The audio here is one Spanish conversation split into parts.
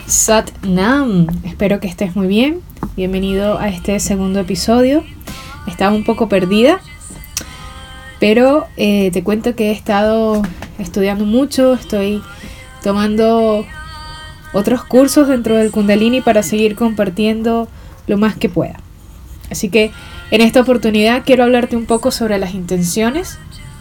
Sat Nam, espero que estés muy bien. Bienvenido a este segundo episodio. Estaba un poco perdida, pero te cuento que he estado estudiando mucho. Estoy tomando otros cursos dentro del Kundalini para seguir compartiendo lo más que pueda. Así que en esta oportunidad quiero hablarte un poco sobre las intenciones.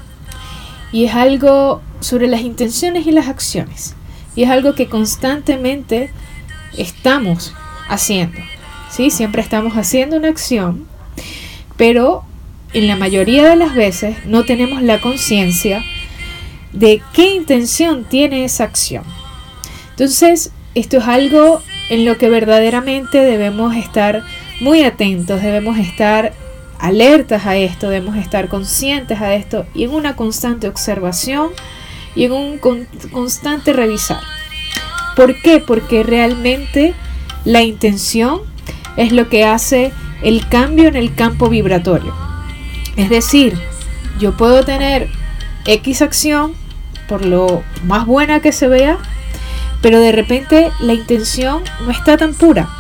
Y es algo sobre las intenciones y las acciones. Y es algo que constantemente estamos haciendo, ¿sí? Siempre estamos haciendo una acción, pero en la mayoría de las veces no tenemos la conciencia de qué intención tiene esa acción. Entonces, esto es algo en lo que verdaderamente debemos estar muy atentos, debemos estar alertas a esto, debemos estar conscientes a esto y en una constante observación y en un constante revisar. ¿Por qué? Porque realmente la intención es lo que hace el cambio en el campo vibratorio. Es decir, yo puedo tener X acción, por lo más buena que se vea, pero de repente la intención no está tan pura.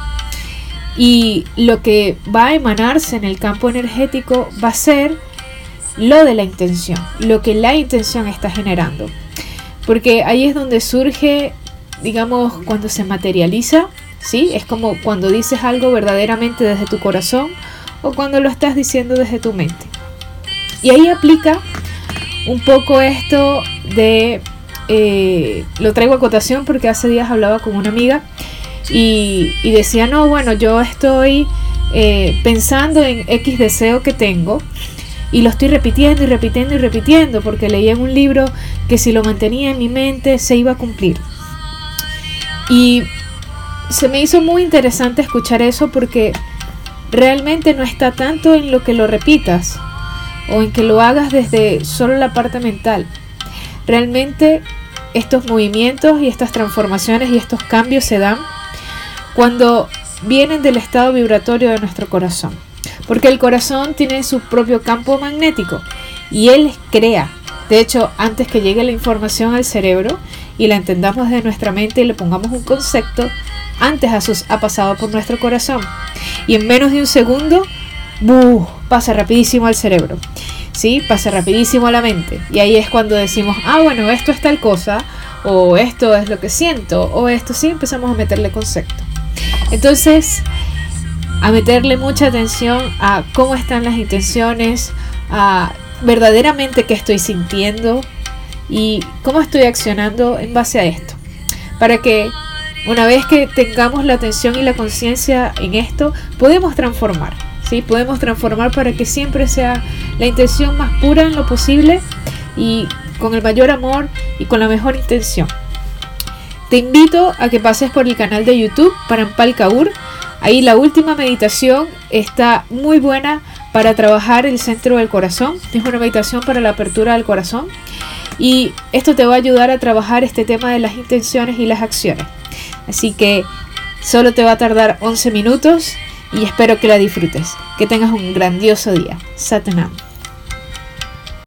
Y lo que va a emanarse en el campo energético va a ser lo de la intención, lo que la intención está generando. Porque ahí es donde surge, digamos, cuando se materializa, ¿sí? Es como cuando dices algo verdaderamente desde tu corazón o cuando lo estás diciendo desde tu mente. Y ahí aplica un poco esto de, lo traigo a cotación porque hace días hablaba con una amiga y decía, no, bueno, yo estoy pensando en X deseo que tengo. Y lo estoy repitiendo y repitiendo y repitiendo porque leí en un libro que si lo mantenía en mi mente se iba a cumplir. Y se me hizo muy interesante escuchar eso porque realmente no está tanto en lo que lo repitas o en que lo hagas desde solo la parte mental. Realmente estos movimientos y estas transformaciones y estos cambios se dan cuando vienen del estado vibratorio de nuestro corazón. Porque el corazón tiene su propio campo magnético y él crea. De hecho, antes que llegue la información al cerebro y la entendamos de nuestra mente y le pongamos un concepto, antes ha pasado por nuestro corazón. Y en menos de un segundo, pasa rapidísimo al cerebro, ¿sí? Pasa rapidísimo a la mente. Y ahí es cuando decimos, bueno, esto es tal cosa, o esto es lo que siento, o esto sí, empezamos a meterle concepto. Entonces, a meterle mucha atención a cómo están las intenciones, a verdaderamente qué estoy sintiendo y cómo estoy accionando en base a esto. Para que una vez que tengamos la atención y la conciencia en esto, podemos transformar, ¿sí? Podemos transformar para que siempre sea la intención más pura en lo posible y con el mayor amor y con la mejor intención. Te invito a que pases por el canal de YouTube Parampal Kaur. Ahí la última meditación está muy buena para trabajar el centro del corazón. Es una meditación para la apertura del corazón. Y esto te va a ayudar a trabajar este tema de las intenciones y las acciones. Así que solo te va a tardar 11 minutos y espero que la disfrutes. Que tengas un grandioso día. Sat Nam.